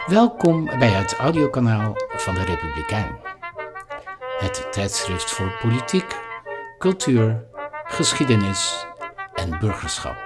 Welkom bij het audiokanaal van de Republikein. Het tijdschrift voor politiek, cultuur, geschiedenis en burgerschap.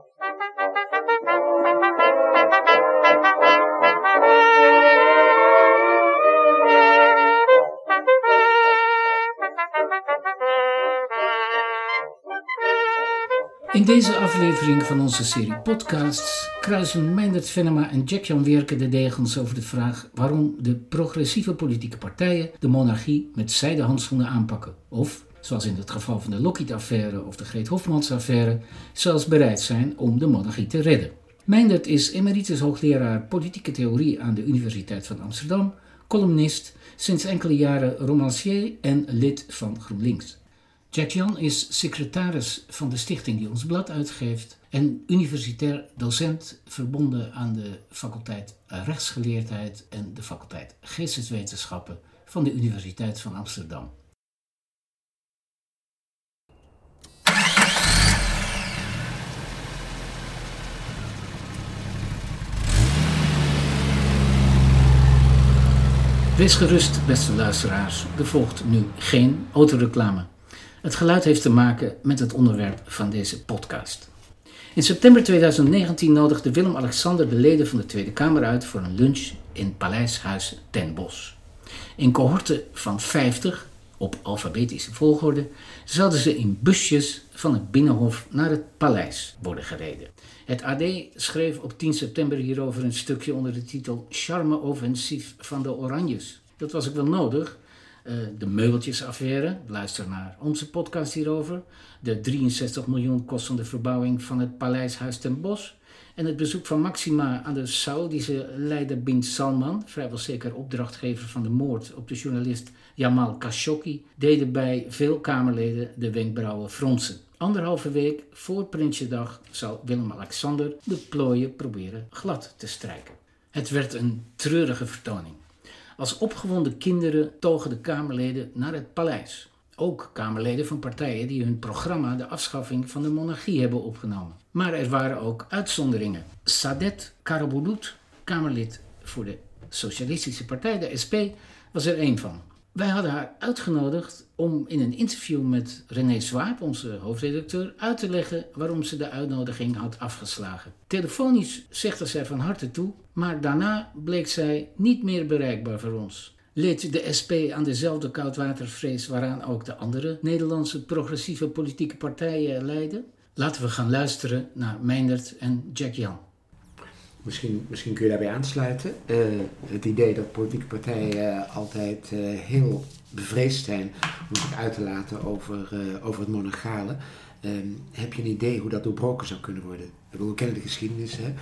In deze aflevering van onze serie podcasts kruisen Meindert Venema en Jack-Jan Weerke de degens over de vraag waarom de progressieve politieke partijen de monarchie met zijden handschoenen aanpakken. Of, zoals in het geval van de Lockheed-affaire of de Greet Hofmans-affaire, zelfs bereid zijn om de monarchie te redden. Meindert is emeritus hoogleraar politieke theorie aan de Universiteit van Amsterdam, columnist, sinds enkele jaren romancier en lid van GroenLinks. Jack-Jan is secretaris van de stichting die ons blad uitgeeft en universitair docent verbonden aan de faculteit rechtsgeleerdheid en de faculteit geesteswetenschappen van de Universiteit van Amsterdam. Wees gerust, beste luisteraars, er volgt nu geen autoreclame. Het geluid heeft te maken met het onderwerp van deze podcast. In september 2019 nodigde Willem-Alexander de leden van de Tweede Kamer uit voor een lunch in Paleishuis ten Bosch. In cohorten van 50, op alfabetische volgorde, zouden ze in busjes van het Binnenhof naar het paleis worden gereden. Het AD schreef op 10 september hierover een stukje onder de titel Charme-offensief van de Oranjes. Dat was ook wel nodig. De meubeltjesaffaire, luister naar onze podcast hierover. De 63 miljoen kostende verbouwing van het Paleishuis ten Bosch. En het bezoek van Maxima aan de Saoedische leider bin Salman, vrijwel zeker opdrachtgever van de moord op de journalist Jamal Khashoggi, deden bij veel Kamerleden de wenkbrauwen fronsen. 1,5 week voor Prinsjesdag zou Willem-Alexander de plooien proberen glad te strijken. Het werd een treurige vertoning. Als opgewonden kinderen togen de Kamerleden naar het paleis. Ook Kamerleden van partijen die hun programma de afschaffing van de monarchie hebben opgenomen. Maar er waren ook uitzonderingen. Saadet Karabulut, Kamerlid voor de Socialistische Partij, de SP, was er één van. Wij hadden haar uitgenodigd om in een interview met René Swaap, onze hoofdredacteur, uit te leggen waarom ze de uitnodiging had afgeslagen. Telefonisch zegde zij van harte toe, maar daarna bleek zij niet meer bereikbaar voor ons. Leed de SP aan dezelfde koudwatervrees waaraan ook de andere Nederlandse progressieve politieke partijen lijden? Laten we gaan luisteren naar Meindert en Jack-Jan. Misschien kun je daarbij aansluiten. Het idee dat politieke partijen altijd heel bevreesd zijn om zich uit te laten over het monarchale. Heb je een idee hoe dat doorbroken zou kunnen worden? We kennen de geschiedenis, hè?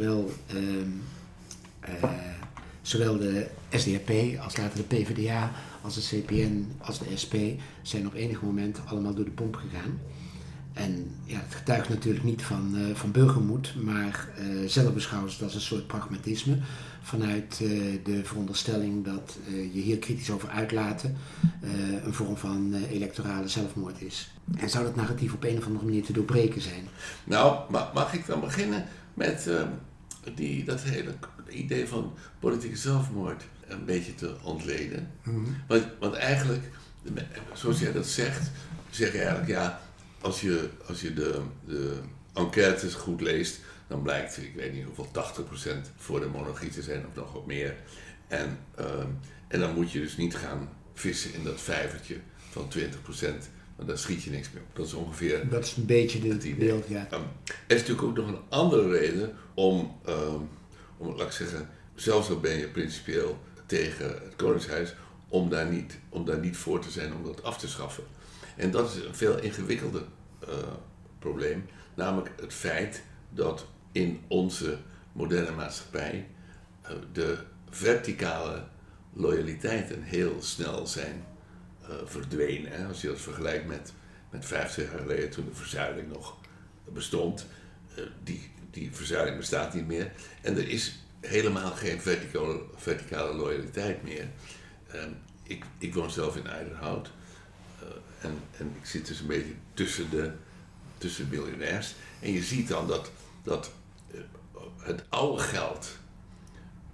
Zowel de SDAP als later de PvdA, als de CPN, als de SP zijn op enig moment allemaal door de pomp gegaan. En ja, het getuigt natuurlijk niet van burgermoed, maar zelf beschouwen ze het als een soort pragmatisme vanuit de veronderstelling dat je hier kritisch over uitlaten een vorm van electorale zelfmoord is. En zou dat narratief op een of andere manier te doorbreken zijn? Nou, mag ik dan beginnen met dat hele idee van politieke zelfmoord een beetje te ontleden? Mm-hmm. Want eigenlijk, zoals jij dat zegt, zeg je eigenlijk ja. Als je de enquêtes goed leest, dan blijkt, ik weet niet hoeveel, 80% voor de monarchie te zijn of nog wat meer. En dan moet je dus niet gaan vissen in dat vijvertje van 20%, want daar schiet je niks meer op. Dat is ongeveer... Dat is een beetje het beeld, ja. Er is natuurlijk ook nog een andere reden om laat ik zeggen, zelfs al ben je principieel tegen het Koningshuis, om daar niet voor te zijn om dat af te schaffen. En dat is een veel ingewikkelder probleem, namelijk het feit dat in onze moderne maatschappij de verticale loyaliteiten heel snel zijn verdwenen. Hè? Als je dat vergelijkt met 50 jaar geleden toen de verzuiling nog bestond, die verzuiling bestaat niet meer en er is helemaal geen verticale loyaliteit meer. Ik woon zelf in Eiderhout. En ik zit dus een beetje tussen miljonairs. En je ziet dan dat het oude geld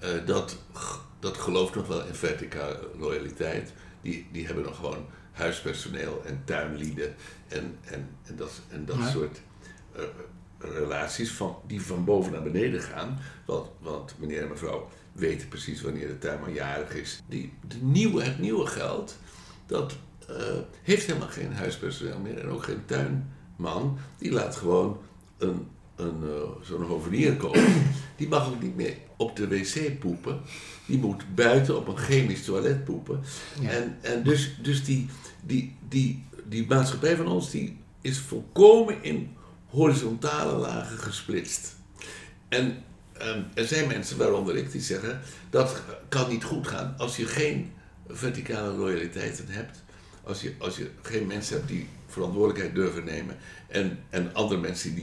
dat gelooft nog wel in verticale loyaliteit. Die hebben nog gewoon huispersoneel en tuinlieden en dat soort relaties die van boven naar beneden gaan. Want meneer en mevrouw weten precies wanneer de tuinman jarig is. Het nieuwe geld, dat heeft helemaal geen huispersoneel meer en ook geen tuinman. Die laat gewoon zo'n hovenier komen. Die mag ook niet meer op de wc poepen. Die moet buiten op een chemisch toilet poepen. Ja. En dus die maatschappij van ons die is volkomen in horizontale lagen gesplitst. En er zijn mensen, waaronder ik, die zeggen dat kan niet goed gaan als je geen verticale loyaliteiten hebt. Als je geen mensen hebt die verantwoordelijkheid durven nemen en andere mensen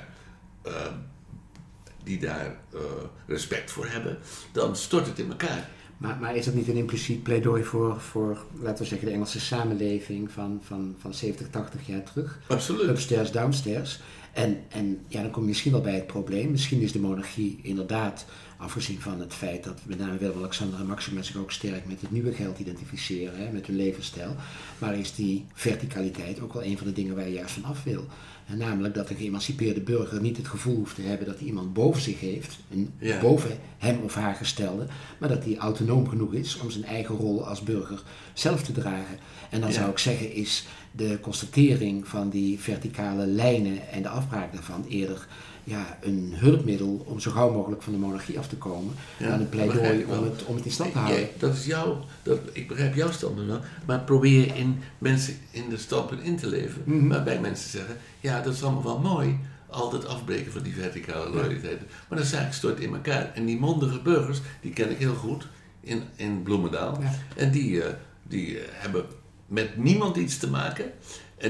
die daar respect voor hebben, dan stort het in elkaar. Maar is dat niet een impliciet pleidooi voor, laten we zeggen, de Engelse samenleving van 70, 80 jaar terug? Absoluut. Upstairs, downstairs. En ja, dan kom je misschien wel bij het probleem. Misschien is de monarchie inderdaad, afgezien van het feit dat met name Willem-Alexander en Maxima zich ook sterk met het nieuwe geld identificeren, hè, met hun levensstijl. Maar is die verticaliteit ook wel een van de dingen waar je juist van af wil? En namelijk dat de geëmancipeerde burger niet het gevoel hoeft te hebben dat hij iemand boven zich heeft, boven hem of haar gestelde, maar dat hij autonoom genoeg is om zijn eigen rol als burger zelf te dragen. En dan zou ik zeggen, is de constatering van die verticale lijnen en de afbraak daarvan eerder een hulpmiddel om zo gauw mogelijk van de monarchie af te komen, dan een pleidooi om het in stand te houden. Ik begrijp jouw standpunt wel, maar probeer in mensen in de standpunt in te leven, waarbij mensen zeggen, ja, dat is allemaal wel mooi, altijd afbreken van die verticale loyaliteiten, maar de zaak stort in elkaar. En die mondige burgers, die ken ik heel goed in Bloemendaal, en die hebben met niemand iets te maken en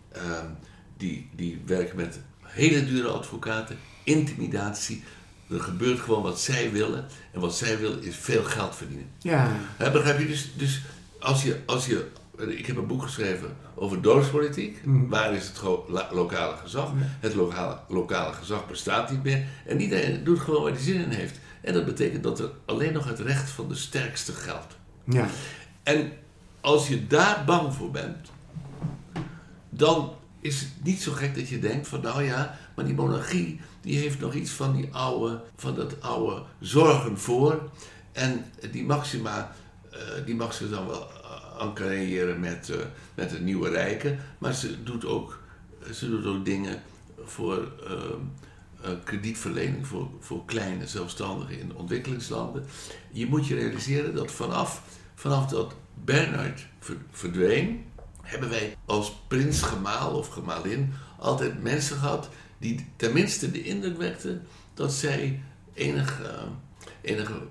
die werken met hele dure advocaten, intimidatie. Er gebeurt gewoon wat zij willen. En wat zij willen is veel geld verdienen. Ja. Begrijp je? Dus als je... Ik heb een boek geschreven over dorpspolitiek. Waar is het lokale gezag? Ja. Het lokale gezag bestaat niet meer. En iedereen doet gewoon waar hij zin in heeft. En dat betekent dat er alleen nog het recht van de sterkste geldt. Ja. En als je daar bang voor bent, dan is het niet zo gek dat je denkt van nou ja, maar die monarchie die heeft nog iets van dat oude zorgen voor. En die Maxima, die mag ze dan wel encarriëren met het nieuwe rijken. Maar ze doet ook dingen voor kredietverlening voor kleine zelfstandigen in ontwikkelingslanden. Je moet je realiseren dat vanaf dat Bernhard verdween, hebben wij als prins-gemaal of gemalin altijd mensen gehad die tenminste de indruk wekten dat zij enige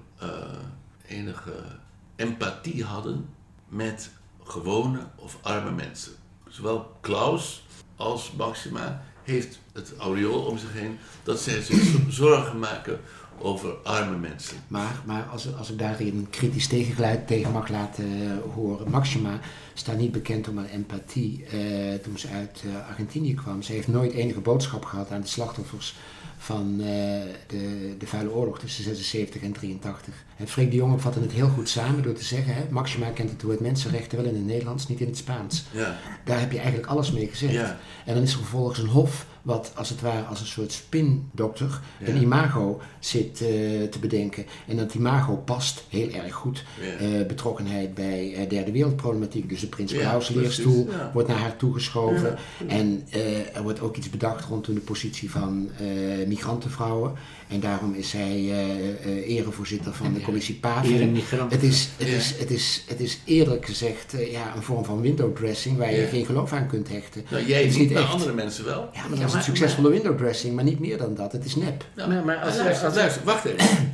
empathie hadden met gewone of arme mensen. Zowel Klaus als Maxima heeft het aureool om zich heen dat zij zich zorgen maken over arme mensen. Maar als ik daar een kritisch tegengeluid tegen mag laten horen. Maxima staat niet bekend om haar empathie toen ze uit Argentinië kwam. Ze heeft nooit enige boodschap gehad aan de slachtoffers van de vuile oorlog tussen 76 en 83. Freek de Jonge vatte het heel goed samen door te zeggen, Maxima kent het woord mensenrechten wel in het Nederlands, niet in het Spaans. Ja. Daar heb je eigenlijk alles mee gezegd. Ja. En dan is er vervolgens een hof wat als het ware als een soort spindokter een imago zit te bedenken. En dat imago past heel erg goed. Ja. Betrokkenheid bij derde wereldproblematiek. Dus de Prins Claus leerstoel wordt naar haar toegeschoven. Ja. En er wordt ook iets bedacht rondom de positie van migrantenvrouwen. En daarom is zij erevoorzitter van de commissie Pavin. Het is eerlijk gezegd een vorm van window dressing waar je geen geloof aan kunt hechten. Nou, jij niet, maar andere mensen wel. Ja, maar dat is een succesvolle window dressing, maar niet meer dan dat. Het is nep. Luister, wacht even.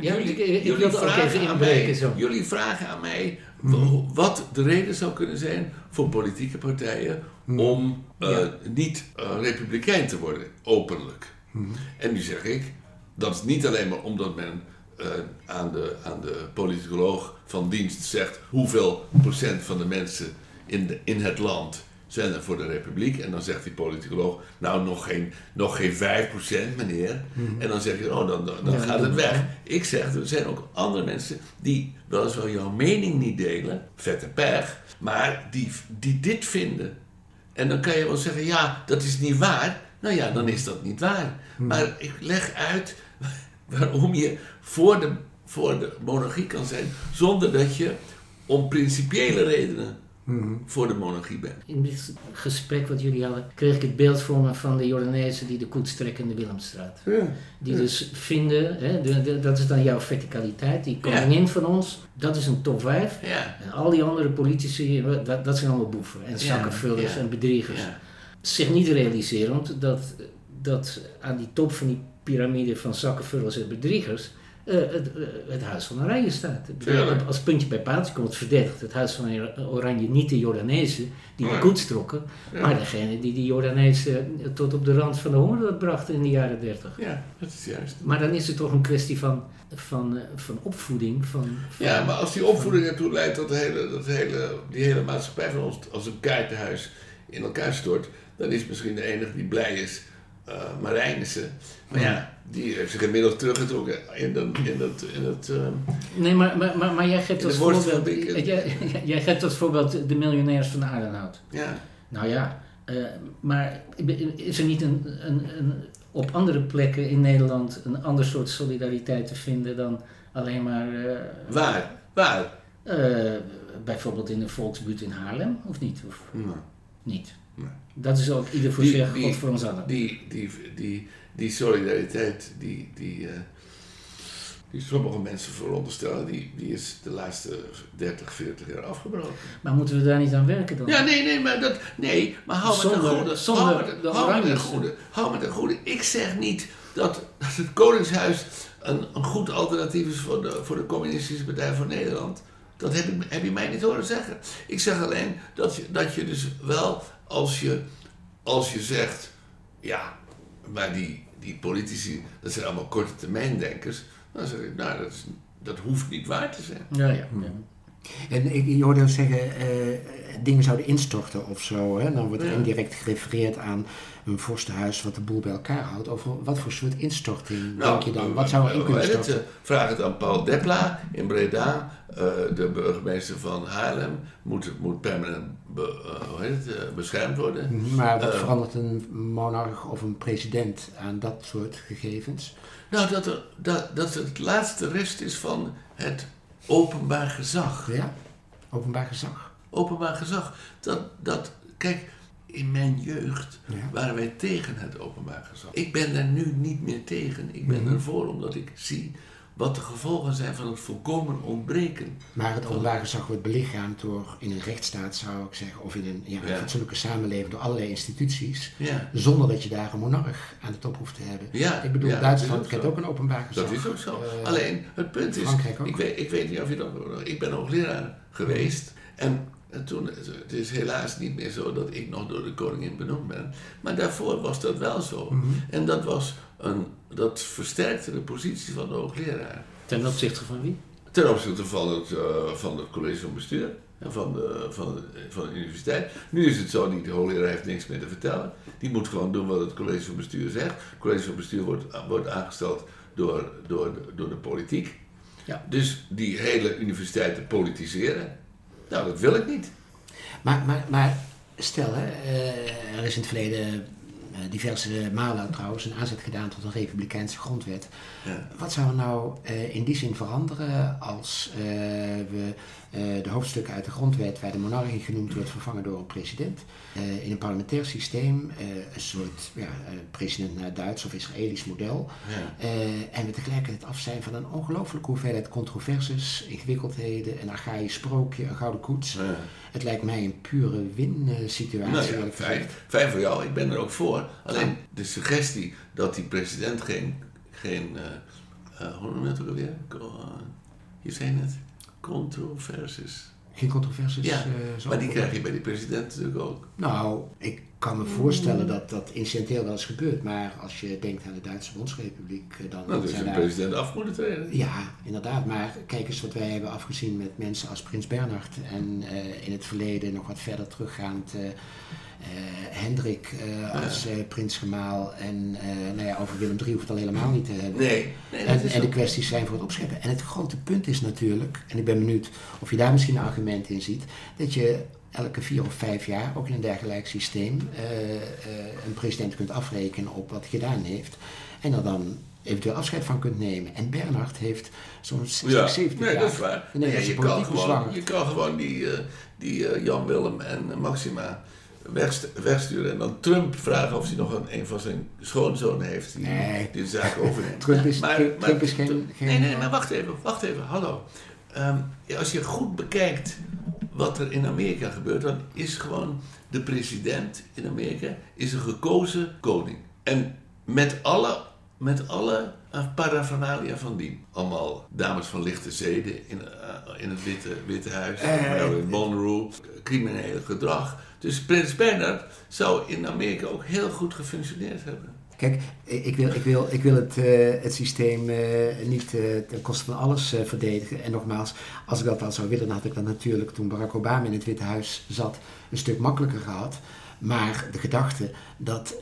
Jullie vragen aan mij wat de reden zou kunnen zijn voor politieke partijen om niet republikein te worden, openlijk. En nu zeg ik, dat is niet alleen maar omdat men aan de politicoloog van dienst zegt hoeveel procent van de mensen in het land zender voor de Republiek. En dan zegt die politicoloog, nou nog geen 5% meneer. En dan zeg je, dan gaat het weg. Ik zeg, er zijn ook andere mensen die weliswaar jouw mening niet delen, vette pech, maar die dit vinden. En dan kan je wel zeggen, ja, dat is niet waar. Nou ja, dan is dat niet waar. Maar ik leg uit waarom je voor de monarchie kan zijn, zonder dat je om principiële redenen voor de monarchie bent. In dit gesprek wat jullie hadden, kreeg ik het beeld voor me van de Jordanezen die de koets trekken in de Willemstraat. Ja. Die dus vinden, dat is dan jouw verticaliteit, die koningin van ons, dat is een top 5. Ja. En al die andere politici, dat zijn allemaal boeven en zakkenvullers en bedriegers. Ja. Zich niet realiserend dat aan die top van die piramide van zakkenvullers en bedriegers het Huis van Oranje staat. Als puntje bij paaltje komt verdedigd het Huis van Oranje niet de Jordanezen die de koets trokken, maar degene die Jordanezen tot op de rand van de hongerdood brachten in de jaren 30. Ja, dat is juist. Maar dan is het toch een kwestie van opvoeding. Ja, maar als die opvoeding ertoe leidt dat die hele maatschappij van ons als een kaartenhuis in elkaar stort, dan is misschien de enige die blij is Marijnissen. Maar ja, die heeft zich inmiddels teruggetrokken in het Nee, maar jij geeft als voorbeeld... Jij geeft als voorbeeld de miljonairs van Aardenhout. Ja. Nou ja, maar is er niet op andere plekken in Nederland een ander soort solidariteit te vinden dan alleen maar... Waar? Bijvoorbeeld in de volksbuurt in Haarlem, of niet? Of nee. Niet? Nee. Dat is ook ieder voor zich, God voor ons allen. Die solidariteit die sommige mensen veronderstellen, die is de laatste 30, 40 jaar afgebroken. Maar moeten we daar niet aan werken dan? Ja, maar hou me ten goede. Ik zeg niet dat het Koningshuis een goed alternatief is voor de Communistische Partij van Nederland. Dat heb je mij niet horen zeggen. Ik zeg alleen dat je dus wel, als je zegt, ja, maar die politici, dat zijn allemaal korte termijn denkers, dan zeg ik, nou, dat hoeft niet waar te zijn. Ja. En je hoorde zeggen, dingen zouden instorten of zo. Hè? Dan wordt er indirect gerefereerd aan een vorstenhuis wat de boel bij elkaar houdt. Over wat voor soort instorting denk je dan? Wat zou er in kunnen storten? Vraag het aan Paul Depla in Breda. De burgemeester van Haarlem moet permanent beschermd worden. Maar wat verandert een monarch of een president aan dat soort gegevens? Nou, dat het laatste rest is van het openbaar gezag. Ja, openbaar gezag. Openbaar gezag. Kijk, in mijn jeugd waren wij tegen het openbaar gezag. Ik ben daar nu niet meer tegen. Ik ben ervoor omdat ik zie wat de gevolgen zijn van het volkomen ontbreken. Maar het openbaar gezag wordt belichaamd door in een rechtsstaat, zou ik zeggen, of in een fatsoenlijke samenleving door allerlei instituties, zonder dat je daar een monarch aan de top hoeft te hebben. Ja, ik bedoel, Duitsland kent ook een openbaar gezag. Dat is ook zo. Alleen, het punt is, ik weet niet of je dat... Ik ben hoogleraar geweest en toen, het is helaas niet meer zo dat ik nog door de koningin benoemd ben, maar daarvoor was dat wel zo. En dat versterkte de positie van de hoogleraar. Ten opzichte van wie? Ten opzichte van het college van bestuur en van de universiteit. Nu is het zo niet, de hoogleraar heeft niks meer te vertellen. Die moet gewoon doen wat het college van bestuur zegt. Het college van bestuur wordt aangesteld door de politiek. Ja. Dus die hele universiteit te politiseren, nou, dat wil ik niet. Maar stel, er is in het verleden diverse malen trouwens een aanzet gedaan tot een republikeinse grondwet. Ja. Wat zou er nou in die zin veranderen als we de hoofdstukken uit de grondwet waar de monarchie genoemd wordt vervangen door een president? In een parlementair systeem, een soort president naar Duits of Israëlisch model. Ja. En we tegelijkertijd af zijn van een ongelooflijke hoeveelheid controverses, ingewikkeldheden, een archaïsch sprookje, een gouden koets. Ja. Het lijkt mij een pure win-situatie. Nou ja, fijn voor jou, ik ben er ook voor. Alleen de suggestie dat die president geen hoe noem je het ook alweer? Je zei net, controverses. Geen controversies? Ja, maar die krijg je bij die president natuurlijk ook. Nou, ik kan me voorstellen dat incidenteel wel eens gebeurt. Maar als je denkt aan de Duitse Bondsrepubliek, dan Nou, dus zijn een daar... president af moeten treden. Ja, inderdaad. Maar kijk eens wat wij hebben afgezien met mensen als Prins Bernhard. En in het verleden nog wat verder teruggaand Hendrik als prinsgemaal. En over Willem III hoeft het al helemaal niet te hebben. Nee, En de kwesties zijn voor het opscheppen. En het grote punt is natuurlijk, en ik ben benieuwd of je daar misschien een argument in ziet, dat je elke 4 of 5 jaar, ook in een dergelijk systeem, een president kunt afrekenen op wat hij gedaan heeft. En er dan eventueel afscheid van kunt nemen. En Bernhard heeft zo'n 60, 70 jaar... dat is waar. Je kan gewoon die Jan Willem en Maxima wegsturen en dan Trump vragen of hij nog een van zijn schoonzonen heeft die de zaak overneemt. Trump is geen... Nee, maar wacht even, hallo. Als je goed bekijkt wat er in Amerika gebeurt, dan is gewoon de president in Amerika is een gekozen koning. En met alle paraphernalia van dien. Allemaal dames van lichte zeden in het Witte Huis, Marilyn Monroe, crimineel gedrag. Dus Prins Bernhard zou in Amerika ook heel goed gefunctioneerd hebben. Kijk, ik wil het systeem niet ten koste van alles verdedigen. En nogmaals, als ik dat wel zou willen, dan had ik dat natuurlijk toen Barack Obama in het Witte Huis zat een stuk makkelijker gehad. Maar de gedachte dat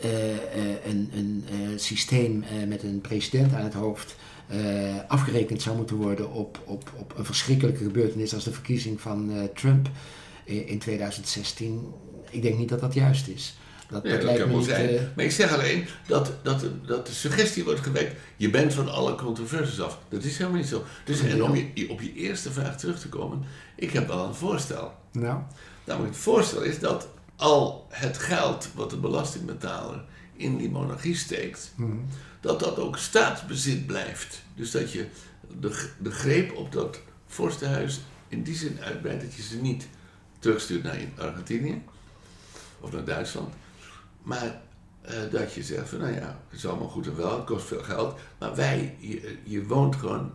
een systeem met een president aan het hoofd afgerekend zou moeten worden op een verschrikkelijke gebeurtenis als de verkiezing van Trump in 2016, ik denk niet dat dat juist is. Dat lijkt me niet... Maar ik zeg alleen dat de suggestie wordt gewekt, je bent van alle controversies af. Dat is helemaal niet zo. Dus en om op je eerste vraag terug te komen, ik heb wel een voorstel. Nou? Namelijk het voorstel is dat al het geld wat de belastingbetaler in die monarchie steekt, dat ook staatsbezit blijft. Dus dat je de greep op dat vorstenhuis in die zin uitbreidt dat je ze niet terugstuurt naar Argentinië of naar Duitsland. Maar dat je zegt van, het is allemaal goed en wel, het kost veel geld. Maar je woont gewoon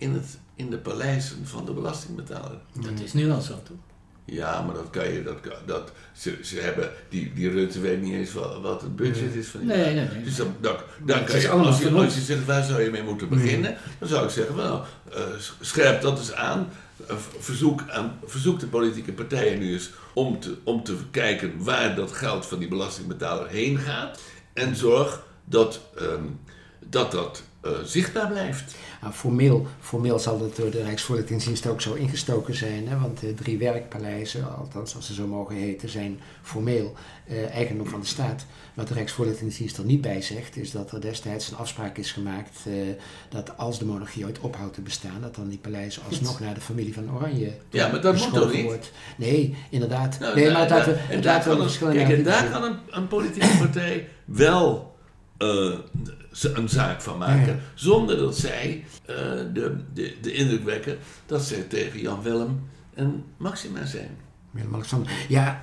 in de paleizen van de belastingbetaler. Dat is nu al zo, toch? Ja, maar dat kan je, ze hebben, die Rutte weet niet eens wat het budget is van die. Nee. Dus dan kan je, als je zegt, waar zou je mee moeten beginnen? Dan zou ik zeggen, scherp dat eens aan. Verzoek de politieke partijen nu eens om te kijken waar dat geld van die belastingbetaler heen gaat. En zorg dat zichtbaar blijft. Nou, formeel zal het door de Rijksvoorlichtingsdienst ook zo ingestoken zijn. Hè? Want 3 werkpaleizen, althans als ze zo mogen heten, zijn formeel eigendom van de staat. Wat de Rijksvoorlichtingsdienst er niet bij zegt, is dat er destijds een afspraak is gemaakt dat als de monarchie ooit ophoudt te bestaan, dat dan die paleizen alsnog naar de familie van Oranje maar dat moet toch niet? Wordt. Nee, inderdaad. Daar kan een politieke partij wel een zaak van maken, zonder dat zij de indruk wekken dat zij tegen Jan Willem en Maxima zijn. Willem-Alexander. Ja.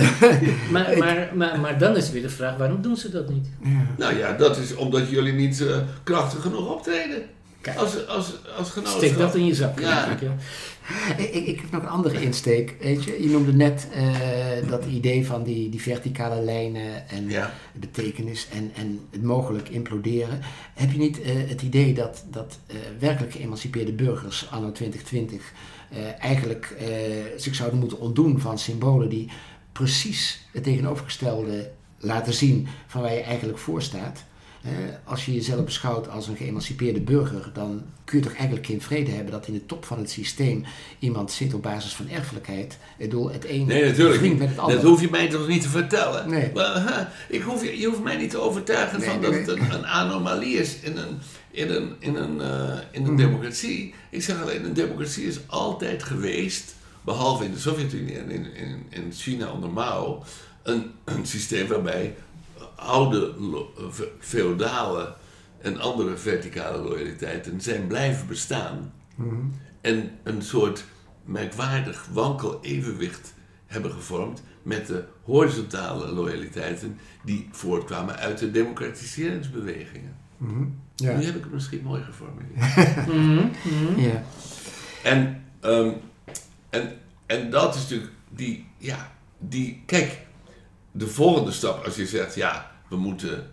maar dan is weer de vraag, waarom doen ze dat niet? Ja. Nou ja, dat is omdat jullie niet krachtig genoeg optreden. Kijk, als genootschap. steek dat in je zak. Ja. Ik heb nog een andere insteek. Weet je noemde net dat idee van die verticale lijnen en betekenis en het mogelijk imploderen. Heb je niet het idee dat werkelijk geëmancipeerde burgers anno 2020 eigenlijk zich zouden moeten ontdoen van symbolen die precies het tegenovergestelde laten zien van waar je eigenlijk voor staat? Als je jezelf beschouwt als een geëmancipeerde burger, dan kun je toch eigenlijk geen vrede hebben dat in de top van het systeem iemand zit op basis van erfelijkheid. Het ene vriend met het andere. Dat hoef je mij toch niet te vertellen? Nee. Maar, je hoeft mij niet te overtuigen van dat het een anomalie is in een democratie. Ik zeg alleen, een democratie is altijd geweest, behalve in de Sovjet-Unie en in China onder Mao, een systeem waarbij oude feodale en andere verticale loyaliteiten zijn blijven bestaan en een soort merkwaardig wankel evenwicht hebben gevormd met de horizontale loyaliteiten die voortkwamen uit de democratiseringsbewegingen. Ja. Nu heb ik het misschien mooi geformuleerd. Ja. En dat is natuurlijk kijk, de volgende stap, als je zegt, ja, we moeten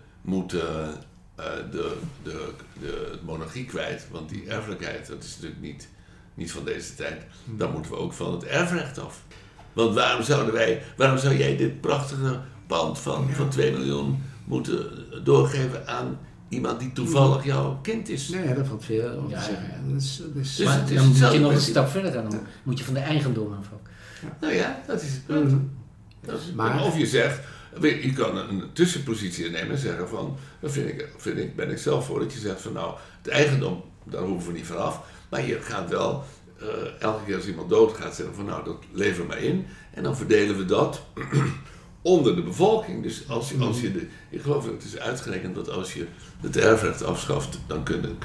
de monarchie kwijt, want die erfelijkheid, dat is natuurlijk niet van deze tijd, dan moeten we ook van het erfrecht af. Want waarom zou jij dit prachtige pand van 2 miljoen moeten doorgeven aan iemand die toevallig jouw kind is? Nee, dat valt veel om te zeggen. Dus dan moet je nog een stap verder gaan. Dan moet je van de eigendom af ook. Ja. Nou ja, dat is het punt. Maar of je zegt, je kan een tussenpositie nemen en zeggen van, ben ik zelf voor dat je zegt van nou, het eigendom, daar hoeven we niet vanaf. Maar je gaat wel, elke keer als iemand doodgaat, zeggen van nou, dat leveren we maar in. En dan verdelen we dat onder de bevolking. Dus ik geloof dat het is uitgerekend dat als je het erfrecht afschaft, dan kunnen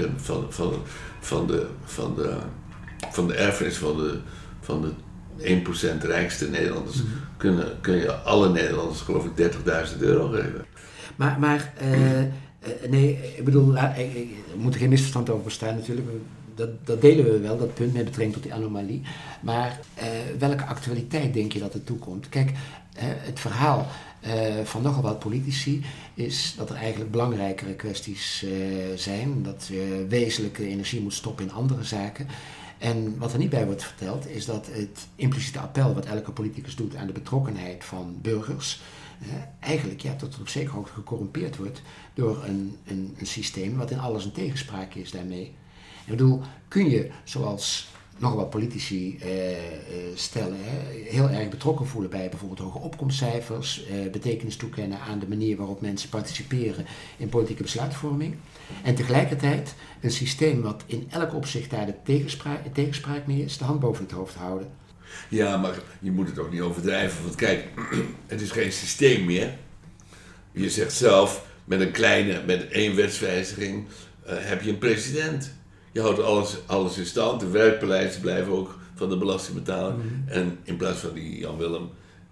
van de erfenis van de 1% rijkste Nederlanders, kun je alle Nederlanders geloof ik €30.000 geven. Maar nee, ik bedoel, er moet er geen misverstand over bestaan natuurlijk. Dat delen we wel, dat punt met betrekking tot die anomalie. Maar welke actualiteit denk je dat er toekomt? Kijk, het verhaal van nogal wat politici is dat er eigenlijk belangrijkere kwesties zijn. Dat je wezenlijke energie moet stoppen in andere zaken. En wat er niet bij wordt verteld is dat het impliciete appel wat elke politicus doet aan de betrokkenheid van burgers eigenlijk tot op zekere hoogte gecorrumpeerd wordt door een systeem wat in alles een tegenspraak is daarmee. Ik bedoel, kun je, zoals nogal wat politici stellen, heel erg betrokken voelen bij bijvoorbeeld hoge opkomstcijfers, betekenis toekennen aan de manier waarop mensen participeren in politieke besluitvorming. En tegelijkertijd een systeem wat in elk opzicht daar de tegenspraak mee is, de hand boven het hoofd houden. Ja, maar je moet het ook niet overdrijven, want kijk, het is geen systeem meer. Je zegt zelf, met één wetswijziging heb je een president. Je houdt alles in stand, de werkbeleid blijven ook van de belastingbetaler. En in plaats van die Jan Willem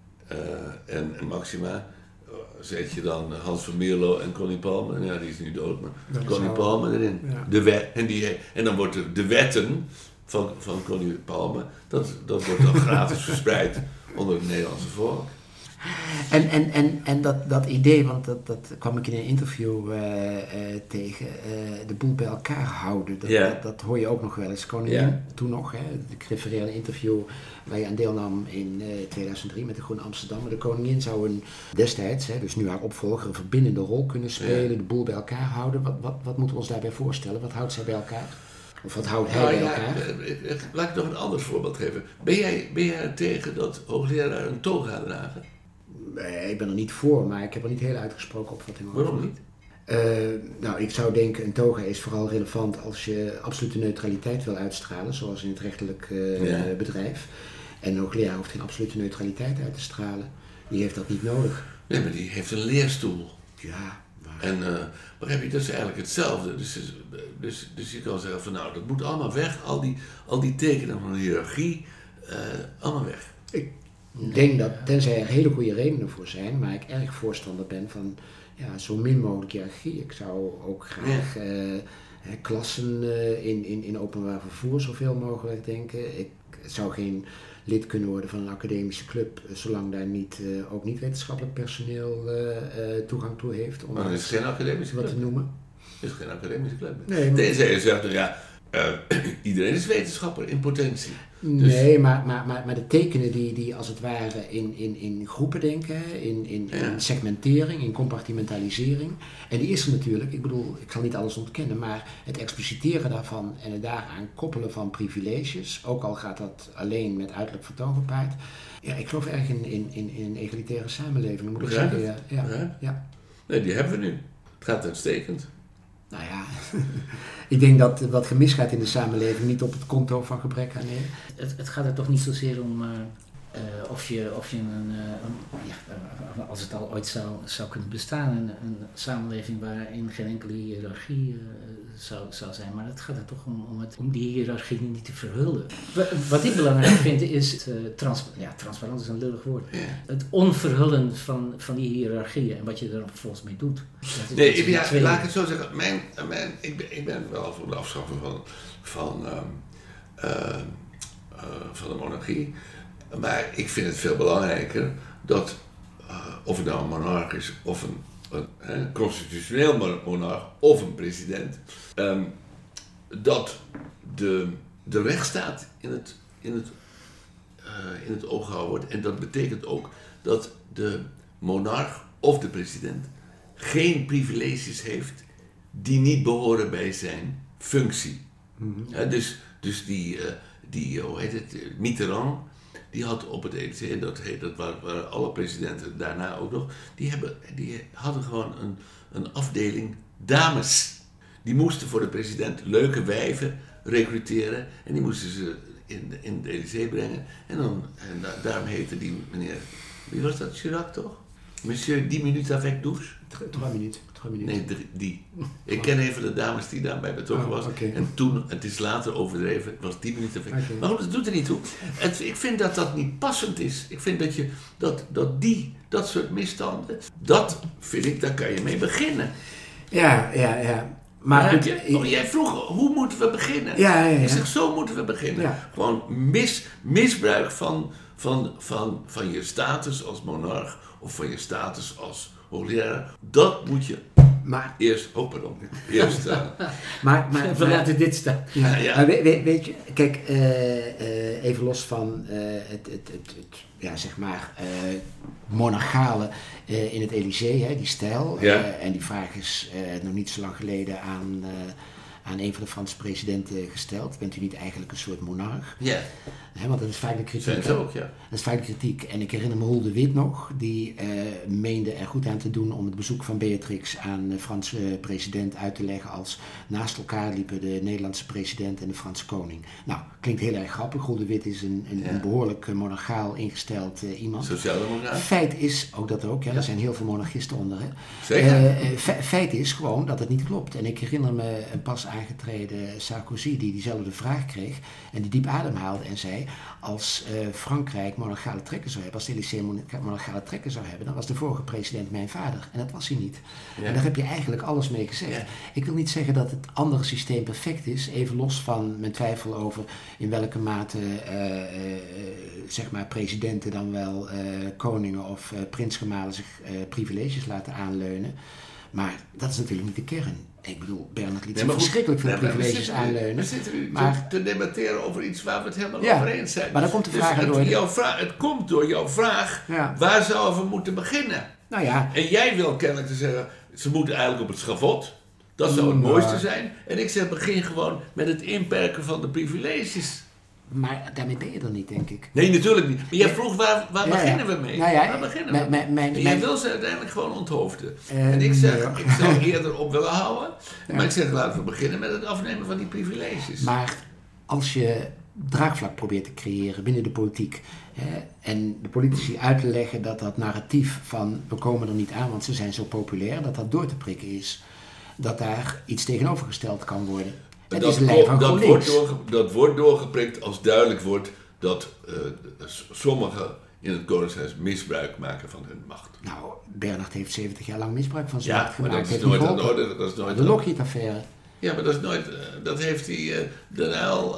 en Maxima, zet je dan Hans van Mierlo en Connie Palme. Ja, die is nu dood, maar Connie Palme erin. Ja. En dan wordt de wetten van Connie Palme, dat wordt dan gratis verspreid onder het Nederlandse volk. En dat idee, want dat kwam ik in een interview tegen, de boel bij elkaar houden, dat hoor je ook nog wel eens. Koningin, toen nog, ik refereer aan een interview waar je aan deelnam in 2003 met de Groene Amsterdammer. De koningin zou destijds, dus nu haar opvolger, een verbindende rol kunnen spelen, de boel bij elkaar houden. Wat moeten we ons daarbij voorstellen? Wat houdt zij bij elkaar? Of wat houdt hij bij elkaar? Laat ik nog een ander voorbeeld geven. Ben jij er tegen dat hoogleraren een toga dragen? Nee, ik ben er niet voor, maar ik heb er niet heel uitgesproken opvatting over. Waarom niet? Nou, ik zou denken, een toga is vooral relevant als je absolute neutraliteit wil uitstralen, zoals in het rechterlijk bedrijf. En een hoogleraar hoeft geen absolute neutraliteit uit te stralen. Die heeft dat niet nodig. Nee, maar die heeft een leerstoel. Ja. En begrijp je, dat is eigenlijk hetzelfde. Dus je kan zeggen van nou, dat moet allemaal weg. Al die tekenen van de hiërarchie, allemaal weg. Ik denk dat, tenzij er hele goede redenen voor zijn, maar ik erg voorstander ben van zo min mogelijk hiërarchie. Ik zou ook graag klassen in openbaar vervoer zoveel mogelijk denken. Ik zou geen lid kunnen worden van een academische club, zolang daar ook niet wetenschappelijk personeel toegang toe heeft. Om maar dat is geen academische club. Wat te noemen. Dat is geen academische club. Nee, tenzij je zegt, iedereen is wetenschapper in potentie. Nee, maar de tekenen die als het ware in groepen denken, in segmentering, in compartimentalisering. En die is er natuurlijk, ik bedoel, ik zal niet alles ontkennen, maar het expliciteren daarvan en het daaraan koppelen van privileges, ook al gaat dat alleen met uiterlijk vertoon gepaard. Ja, ik geloof erg in een egalitaire samenleving, moet ik zeggen. Ja. Nee, die hebben we nu. Het gaat uitstekend. Nou ja, ik denk dat wat gemist gaat in de samenleving niet op het konto van gebrek aan Het gaat er toch niet zozeer om of je als het al ooit zou kunnen bestaan, een samenleving waarin geen enkele hiërarchie zou zijn. Maar het gaat er toch om die hiërarchie niet te verhullen. Wat ik belangrijk vind is, transparant is een lullig woord, het onverhullen van die hiërarchieën en wat je er vervolgens mee doet. Laat ik het zo zeggen. Ik ben wel voor de afschaffing van de monarchie. Maar ik vind het veel belangrijker dat of het nou een monarch is of een constitutioneel monarch of een president, dat de rechtsstaat in het oog gehouden wordt. En dat betekent ook dat de monarch of de president geen privileges heeft die niet behoren bij zijn functie. Mm-hmm. Dus die hoe heet het, Mitterrand, die had op het EDC, dat waren alle presidenten daarna ook nog, die hadden gewoon een afdeling dames. Die moesten voor de president leuke wijven recruteren en die moesten ze in het EDC brengen. En daarom heette die meneer, wie was dat, Chirac toch? Monsieur 10 minutes avec douche? 3 minuten. Nee, die. Ik ken even de dames die daarbij betrokken was. Okay. En toen, het is later overdreven, het was 10 minuten avec. Okay. Maar goed, dat doet er niet toe. Ik vind dat dat niet passend is. Ik vind dat soort misstanden, dat vind ik, daar kan je mee beginnen. Ja. Maar jij vroeg, hoe moeten we beginnen? Ja. Ik zeg, zo moeten we beginnen. Ja. Gewoon misbruik van je status als monarch of van je status als hoogleraar. Dat moet je eerst... Maar we laten dit staan. Ja. Maar weet je, kijk, even los van het monarchale in het Elysée, die stijl. Ja. En die vraag is nog niet zo lang geleden aan een van de Franse presidenten gesteld. Bent u niet eigenlijk een soort monarch? Ja. Want dat is vaak de kritiek. Zijn ze ook, ja. Dat is vaak de kritiek. En ik herinner me Roel de Wit nog, die meende er goed aan te doen om het bezoek van Beatrix aan de Franse president uit te leggen als naast elkaar liepen de Nederlandse president en de Franse koning. Nou, klinkt heel erg grappig. Roel de Wit is een behoorlijk monarchaal ingesteld iemand. Sociaaldemocraat. Feit is, ook dat ook, er zijn heel veel monarchisten onder. Hè. Zeker. Feit is gewoon dat het niet klopt. En ik herinner me een pas aangetreden Sarkozy die diezelfde vraag kreeg en die diep ademhaalde en zei, als Frankrijk monarchale trekken zou hebben, als de Elysée monarchale trekken zou hebben, dan was de vorige president mijn vader. En dat was hij niet. Ja. En daar heb je eigenlijk alles mee gezegd. Ja. Ik wil niet zeggen dat het andere systeem perfect is, even los van mijn twijfel over in welke mate presidenten dan wel koningen of prinsgemalen zich privileges laten aanleunen. Maar dat is natuurlijk niet de kern. Ik bedoel, Bernhard liet zich verschrikkelijk veel privileges aanleunen. We zitten nu te debatteren over iets waar we het helemaal over eens zijn. Maar dan komt de vraag het komt door jouw vraag, waar zouden we moeten beginnen? Nou ja. En jij wil kennelijk te zeggen, ze moeten eigenlijk op het schavot. Dat zou het mooiste zijn. En ik zeg, begin gewoon met het inperken van de privileges. Maar daarmee ben je er niet, denk ik. Nee, natuurlijk niet. Maar jij vroeg, waar beginnen we mee? Waar beginnen we? En jij wil ze uiteindelijk gewoon onthoofden. En ik zeg, ik zou eerder op willen houden. Maar ik zeg, laten we beginnen met het afnemen van die privileges. Maar als je draagvlak probeert te creëren binnen de politiek, en de politici uit te leggen dat narratief van we komen er niet aan, want ze zijn zo populair, dat door te prikken is. Dat daar iets tegenovergesteld kan worden. Dat wordt doorgeprikt als duidelijk wordt dat sommigen in het Koningshuis misbruik maken van hun macht. Nou, Bernhard heeft 70 jaar lang misbruik van zijn macht gemaakt. Maar dat is nooit de Lockheed-affaire. Ja, maar dat is nooit. Dat heeft hij daarna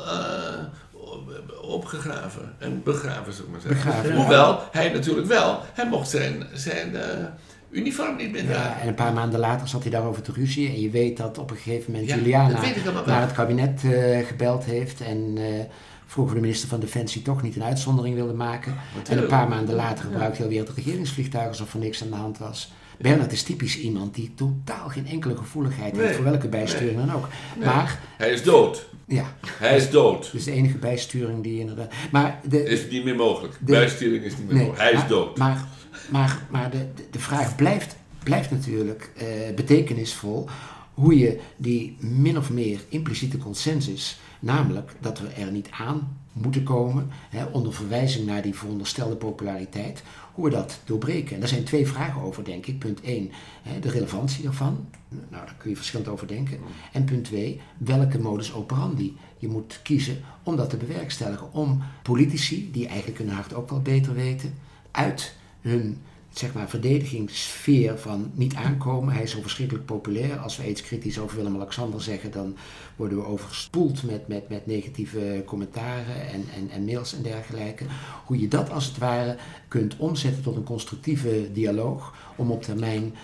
opgegraven en begraven, zou ik maar zeggen. Hoewel, hij natuurlijk wel, hij mocht zijn uniform niet meer dragen. Ja, en een paar maanden later zat hij daarover te ruzie. En je weet dat op een gegeven moment Juliana naar het kabinet gebeld heeft. En vroeger de minister van Defensie toch niet een uitzondering wilde maken. En een paar maanden later gebruikte hij alweer het regeringsvliegtuig alsof er niks aan de hand was. Bernhard is typisch iemand die totaal geen enkele gevoeligheid heeft voor welke bijsturing dan ook. Nee. Maar hij is dood. Ja. Hij is dood. Dus de enige bijsturing die inderdaad... is niet meer mogelijk. Bijsturing is niet meer mogelijk. Hij is dood. Maar de vraag blijft natuurlijk betekenisvol hoe je die min of meer impliciete consensus, namelijk dat we er niet aan moeten komen, onder verwijzing naar die veronderstelde populariteit, hoe we dat doorbreken. En daar zijn 2 vragen over, denk ik. Punt 1, de relevantie ervan. Nou, daar kun je verschillend over denken. En punt 2, welke modus operandi je moet kiezen om dat te bewerkstelligen. Om politici, die eigenlijk hun hart ook wel beter weten, uit hun zeg maar, verdedigingssfeer van niet aankomen. Hij is zo verschrikkelijk populair. Als we iets kritisch over Willem-Alexander zeggen, dan worden we overspoeld met negatieve commentaren en mails en dergelijke. Hoe je dat als het ware kunt omzetten tot een constructieve dialoog om op termijn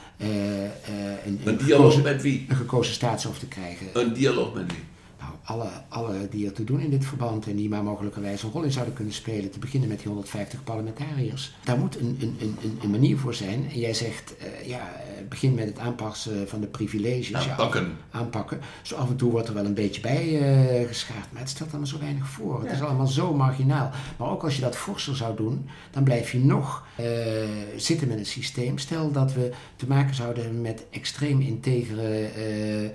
een dialoog met wie? Een gekozen staatshoofd te krijgen. Een dialoog met wie? Nou, alle die ertoe doen in dit verband en die maar mogelijkerwijs een rol in zouden kunnen spelen, te beginnen met die 150 parlementariërs. Daar moet een manier voor zijn. En jij zegt, begin met het aanpassen van de privileges. Aanpakken. Zo af en toe wordt er wel een beetje bij geschaard, maar het stelt allemaal zo weinig voor. Het is allemaal zo marginaal. Maar ook als je dat forser zou doen, dan blijf je nog zitten met een systeem. Stel dat we te maken zouden hebben met extreem integere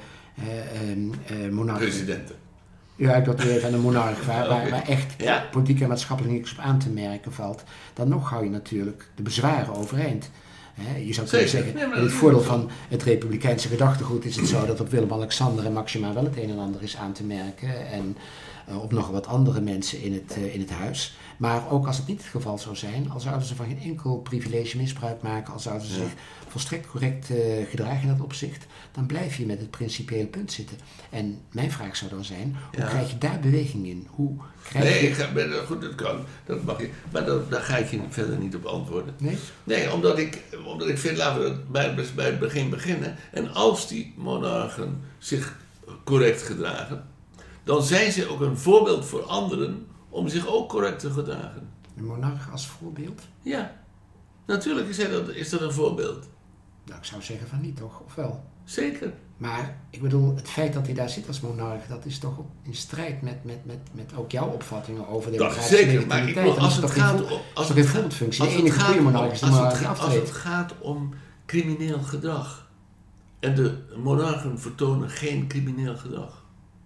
monarchen. Presidenten. Ja, ik dacht nu even aan een monarch waar echt politiek en maatschappelijk niks op aan te merken valt. Dan nog hou je natuurlijk de bezwaren overeind. Je zou kunnen zeggen, en het voordeel van het republikeinse gedachtegoed is het zo dat op Willem-Alexander en Maxima wel het een en ander is aan te merken. En op nog wat andere mensen in het huis. Maar ook als het niet het geval zou zijn, al zouden ze van geen enkel privilege misbruik maken, al zouden ze zich volstrekt correct gedragen in dat opzicht, dan blijf je met het principiële punt zitten. En mijn vraag zou dan zijn, hoe krijg je daar beweging in? Hoe krijg je... Goed, dat kan, dat mag je, maar daar ga ik je verder niet op antwoorden. Nee, omdat ik vind, laten we bij het begin beginnen. En als die monarchen zich correct gedragen, dan zijn ze ook een voorbeeld voor anderen om zich ook correct te gedragen. Een monarch als voorbeeld? Ja, natuurlijk is dat een voorbeeld. Nou, ik zou zeggen van niet, toch? Of wel? Zeker. Maar, ik bedoel, het feit dat hij daar zit als monarch, dat is toch in strijd met ook jouw opvattingen over democratische legitimiteit. Maar als het gaat om... Als er geen voorbeeldfunctie, de enige goede monarch is de monarch die aftreedt. Als het gaat om crimineel gedrag, en de monarchen vertonen geen crimineel gedrag,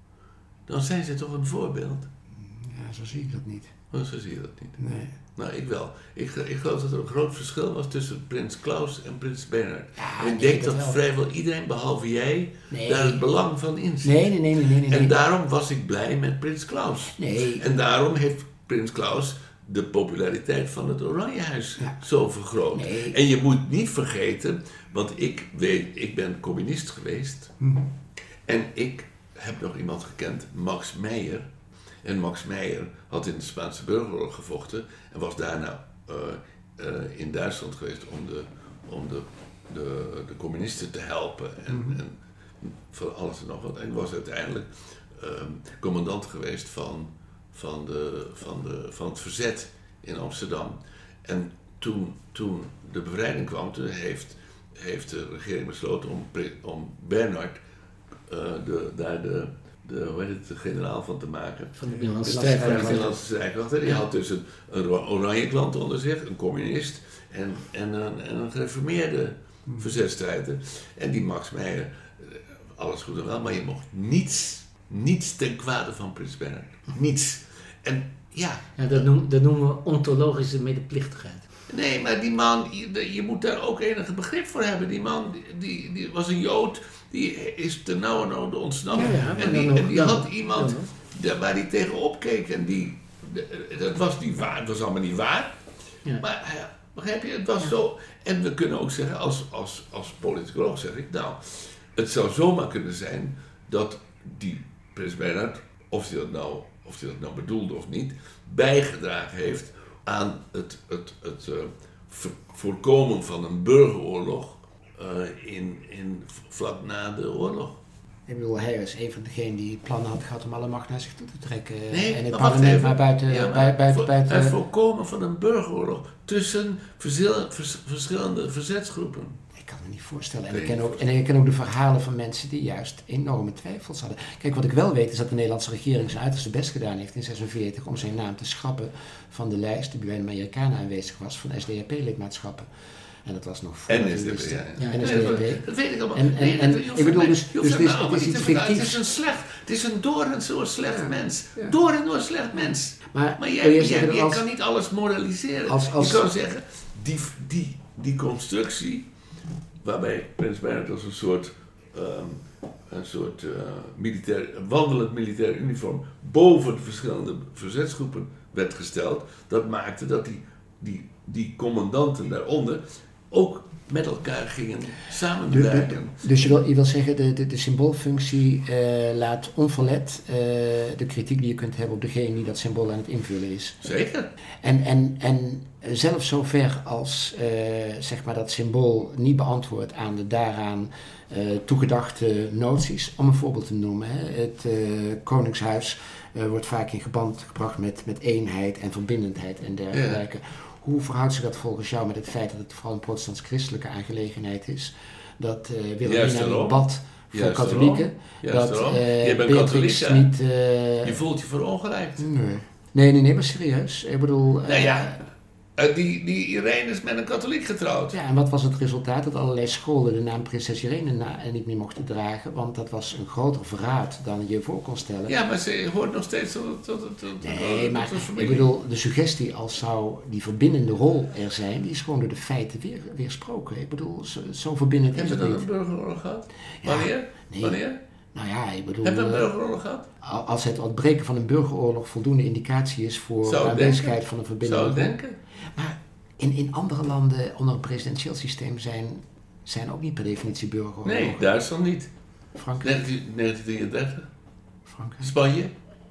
dan zijn ze toch een voorbeeld? Ja, zo zie ik dat niet. Oh, zo zie je dat niet? Nee. Nou, ik wel. Ik geloof dat er een groot verschil was tussen prins Klaus en prins Bernhard. Ja, en ik denk dat vrijwel iedereen, behalve jij, daar het belang van inziet. Nee. En daarom was ik blij met prins Klaus. Nee. En daarom heeft prins Klaus de populariteit van het Oranjehuis zo vergroot. Nee. En je moet niet vergeten, want ik ben communist geweest. En ik heb nog iemand gekend, Max Meijer. En Max Meijer had in de Spaanse burgeroorlog gevochten en was daarna in Duitsland geweest om de communisten te helpen en van alles en nog wat. En was uiteindelijk commandant geweest van het verzet in Amsterdam. En toen de bevrijding kwam, toen heeft de regering besloten om Bernhard de generaal van te maken. Van de Binnenlandse strijdkrachten. Die had dus een oranje klant onder zich, een communist en een gereformeerde verzetstrijder. En die Max Meijer, alles goed en wel, maar je mocht niets ten kwade van prins Bernhard. Niets. En dat noemen we ontologische medeplichtigheid. Nee, maar die man, je moet daar ook enige begrip voor hebben. Die man, die was een Jood, die is ten nauwernood ontsnapt. En die had iemand waar hij tegenop keek. En dat was niet waar, het was allemaal niet waar. Ja. Maar begrijp je, het was zo. En we kunnen ook zeggen, als politicoloog zeg ik, nou, het zou zomaar kunnen zijn dat die prins Bernhard, of hij dat nou bedoelde of niet, bijgedragen heeft aan het voorkomen van een burgeroorlog vlak na de oorlog. Ik bedoel, hij was een van degenen die plannen had gehad om alle macht naar zich toe te trekken. Nee, en het parlement maar buiten... Het voorkomen van een burgeroorlog tussen verschillende verzetsgroepen. Ik kan me niet voorstellen. En ik ken ook de verhalen van mensen die juist enorme twijfels hadden. Kijk, wat ik wel weet is dat de Nederlandse regering zijn uiterste best gedaan heeft in 1946 om zijn naam te schrappen van de lijst die bij de Amerikanen aanwezig was van SDAP-lidmaatschappen. En dat was nog voor de NSDAP. NSDAP. Dat weet ik allemaal. Ik bedoel, dus het is iets fictiefs. Het is een door en door slecht mens. Door en door slecht mens. Maar jij kan niet alles moraliseren. Je kan zeggen, die constructie, waarbij prins Bernhard als een soort wandelend militair uniform boven de verschillende verzetsgroepen werd gesteld, dat maakte dat die commandanten daaronder ook met elkaar gingen samenwerken. Dus je wil zeggen, de symboolfunctie laat onverlet de kritiek die je kunt hebben op degene die dat symbool aan het invullen is. Zeker. En zelfs zover als zeg maar dat symbool niet beantwoordt aan de daaraan toegedachte noties. Om een voorbeeld te noemen. Hè. Het Koningshuis wordt vaak in geband gebracht met eenheid en verbindendheid en dergelijke. Ja. Hoe verhoudt zich dat volgens jou met het feit dat het vooral een protestants-christelijke aangelegenheid is? Dat Wilhelmina niet bad voor katholieken. Dat Beatrix niet... je voelt je verongelijkt. Nee, maar serieus. Ik bedoel... Die Irene is met een katholiek getrouwd. Ja, en wat was het resultaat? Dat allerlei scholen de naam prinses Irene niet meer mochten dragen, want dat was een groter verraad dan je voor kon stellen. Ja, maar ze hoort nog steeds tot maar ik bedoel, de suggestie als zou die verbindende rol er zijn, die is gewoon door de feiten weersproken. Ik bedoel, zo verbindend is het niet. Hebben we dan een burgeroorlog gehad? Wanneer? Nee. Wanneer? Nou ja, ik bedoel... Hebben we een burgeroorlog gehad? Als het ontbreken van een burgeroorlog voldoende indicatie is voor de aanwezigheid van een verbindende rol. Zou ik denken. Maar in andere landen onder een presidentieel systeem zijn ook niet per definitie burgeroorlogen. Nee, Duitsland niet. Frankrijk? 1933. Frankrijk. Spanje?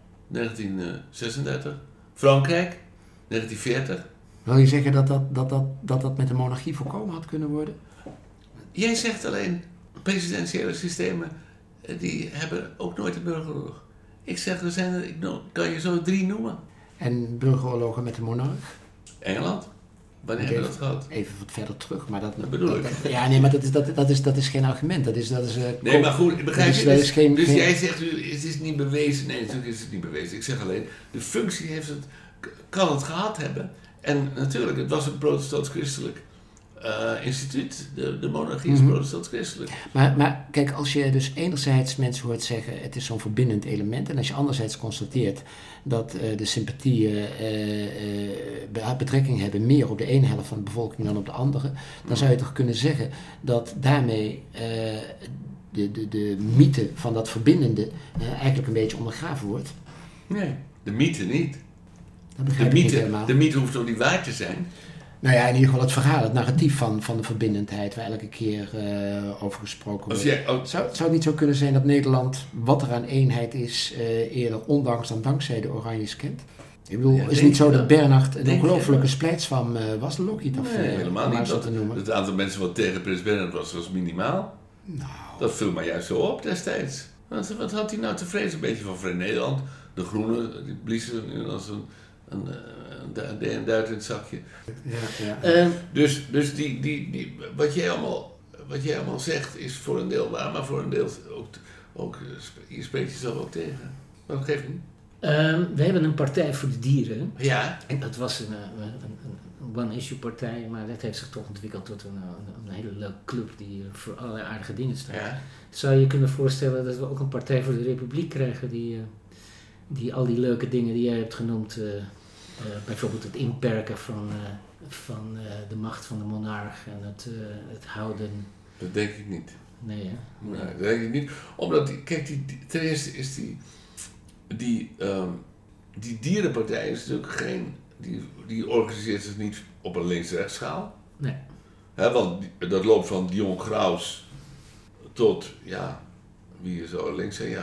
1936. Frankrijk? 1940. Wil je zeggen dat met de monarchie voorkomen had kunnen worden? Jij zegt alleen, presidentiële systemen, die hebben ook nooit een burgeroorlog. Ik zeg, kan je zo 3 noemen. En burgeroorlogen met de monarch? Engeland? Wanneer hebben we dat gehad? Even wat verder terug, maar dat bedoel ik. Ja, nee, maar dat is geen argument. Dat is nee, maar goed, begrijp je? Dus jij zegt, het is niet bewezen. Nee, natuurlijk is het niet bewezen. Ik zeg alleen, de functie kan het gehad hebben. En natuurlijk, het was een protestants-christelijk instituut. De monarchie is protestants-christelijk. Maar kijk, als je dus enerzijds mensen hoort zeggen, het is zo'n verbindend element. En als je anderzijds constateert dat de sympathieën betrekking hebben meer op de ene helft van de bevolking dan op de andere, dan zou je toch kunnen zeggen dat daarmee de mythe van dat verbindende eigenlijk een beetje ondergraven wordt. Nee, de mythe niet. Dat begrijp ik niet helemaal. De mythe hoeft toch niet waar te zijn? Nou ja, in ieder geval het verhaal, het narratief van de verbindendheid waar elke keer over gesproken wordt. Zou het niet zo kunnen zijn dat Nederland, wat er aan eenheid is, eerder ondanks dan dankzij de Oranjes kent? Ik bedoel, is het niet zo dat Bernhard een ongelofelijke splijtswam was, de Lokiet? Of helemaal niet. Het aantal mensen wat tegen prins Bernhard was minimaal. Nou. Dat viel mij juist zo op destijds. Wat had hij nou te vrezen? Een beetje van Vrij Nederland. De Groenen, die bliezen als een duit in het zakje. Ja. Dus die wat jij allemaal zegt is voor een deel waar, maar voor een deel ook je spreekt jezelf ook tegen. Maar dat geeft niet. We hebben een partij voor de dieren. Ja. En dat was een one-issue partij, maar dat heeft zich toch ontwikkeld tot een hele leuke club die voor allerlei aardige dingen staat. Ja. Zou je kunnen voorstellen dat we ook een partij voor de Republiek krijgen die al die leuke dingen die jij hebt genoemd, bijvoorbeeld het inperken van de macht van de monarch en het houden... Dat denk ik niet. Nee, hè? Nee, dat denk ik niet. Omdat, ten eerste is die dierenpartij is natuurlijk geen... Die organiseert zich niet op een links-rechts schaal. Nee. Want dat loopt van Dion Graus tot, wie is zo links en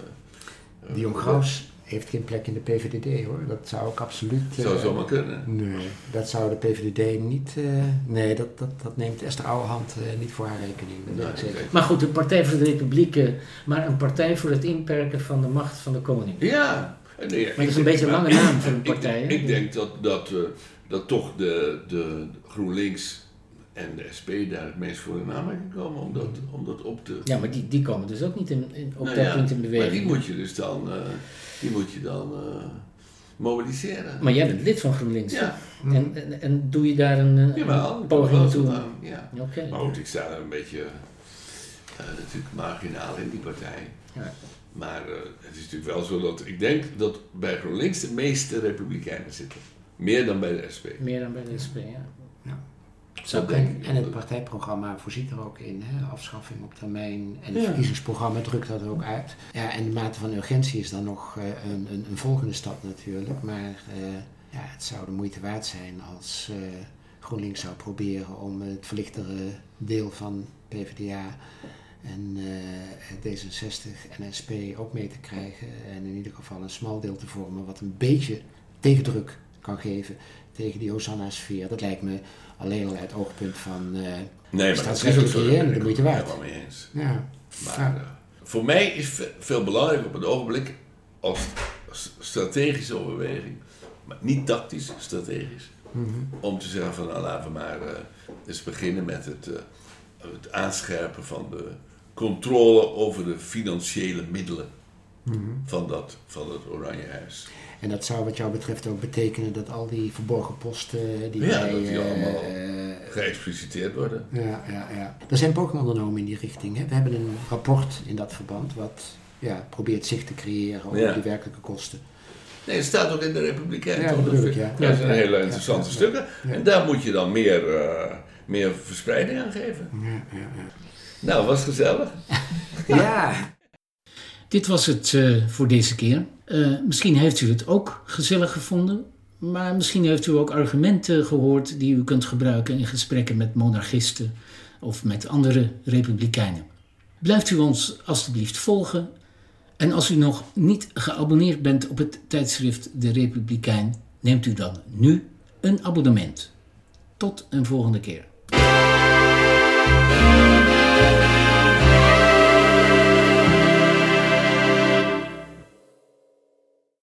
Dion Graus heeft geen plek in de PVDD, hoor. Dat zou ook absoluut... zou zomaar kunnen. Nee, dat zou de PVDD niet... nee, dat neemt Esther Ouwehand niet voor haar rekening. Nee, maar goed, een partij voor de Republiek, maar een partij voor het inperken van de macht van de koning. Ja. Nee, maar dat is een beetje een lange naam voor een partij. Ik denk dat toch de GroenLinks en de SP daar het meest voor in aanmerking komen om dat op te... Ja, maar die komen dus ook niet op dat punt in beweging. Maar die moet je dus dan mobiliseren. Maar jij bent lid van GroenLinks. Ja. En doe je daar een poging toe? Ja. Okay. Maar goed, ik sta er een beetje natuurlijk marginaal in die partij. Ja. Maar het is natuurlijk wel zo dat ik denk dat bij GroenLinks de meeste Republikeinen zitten. Meer dan bij de SP. Meer dan bij de SP, ja. En het partijprogramma voorziet er ook in, afschaffing op termijn. En het verkiezingsprogramma drukt dat er ook uit. Ja, en de mate van urgentie is dan nog een volgende stap natuurlijk. Maar het zou de moeite waard zijn als GroenLinks zou proberen om het verlichtere deel van PvdA en D66 en SP ook mee te krijgen. En in ieder geval een smal deel te vormen wat een beetje tegendruk kan geven tegen die Hosanna-sfeer. Dat lijkt me alleen al uit het oogpunt van nee, maar dat is ook zo. De moeite waard. Helemaal mee eens. Ja. Maar voor mij is veel belangrijker op het ogenblik als strategische overweging, maar niet tactisch, strategisch, om te zeggen van nou laten we maar eens beginnen met het aanscherpen van de controle over de financiële middelen van het Oranje Huis. En dat zou wat jou betreft ook betekenen dat al die verborgen posten die dat die allemaal geëxpliciteerd worden. Ja. Er zijn pogingen ondernomen in die richting. Hè? We hebben een rapport in dat verband wat probeert zicht te creëren over die werkelijke kosten. Nee, het staat ook in de Republikein. Ja, dat bedoel ik, ja. Dat zijn hele interessante stukken. Ja. En daar moet je dan meer verspreiding aan geven. Ja. Nou, was gezellig. Ja. Dit was het voor deze keer. Misschien heeft u het ook gezellig gevonden. Maar misschien heeft u ook argumenten gehoord die u kunt gebruiken in gesprekken met monarchisten of met andere republikeinen. Blijft u ons alstublieft volgen. En als u nog niet geabonneerd bent op het tijdschrift De Republikein, neemt u dan nu een abonnement. Tot een volgende keer.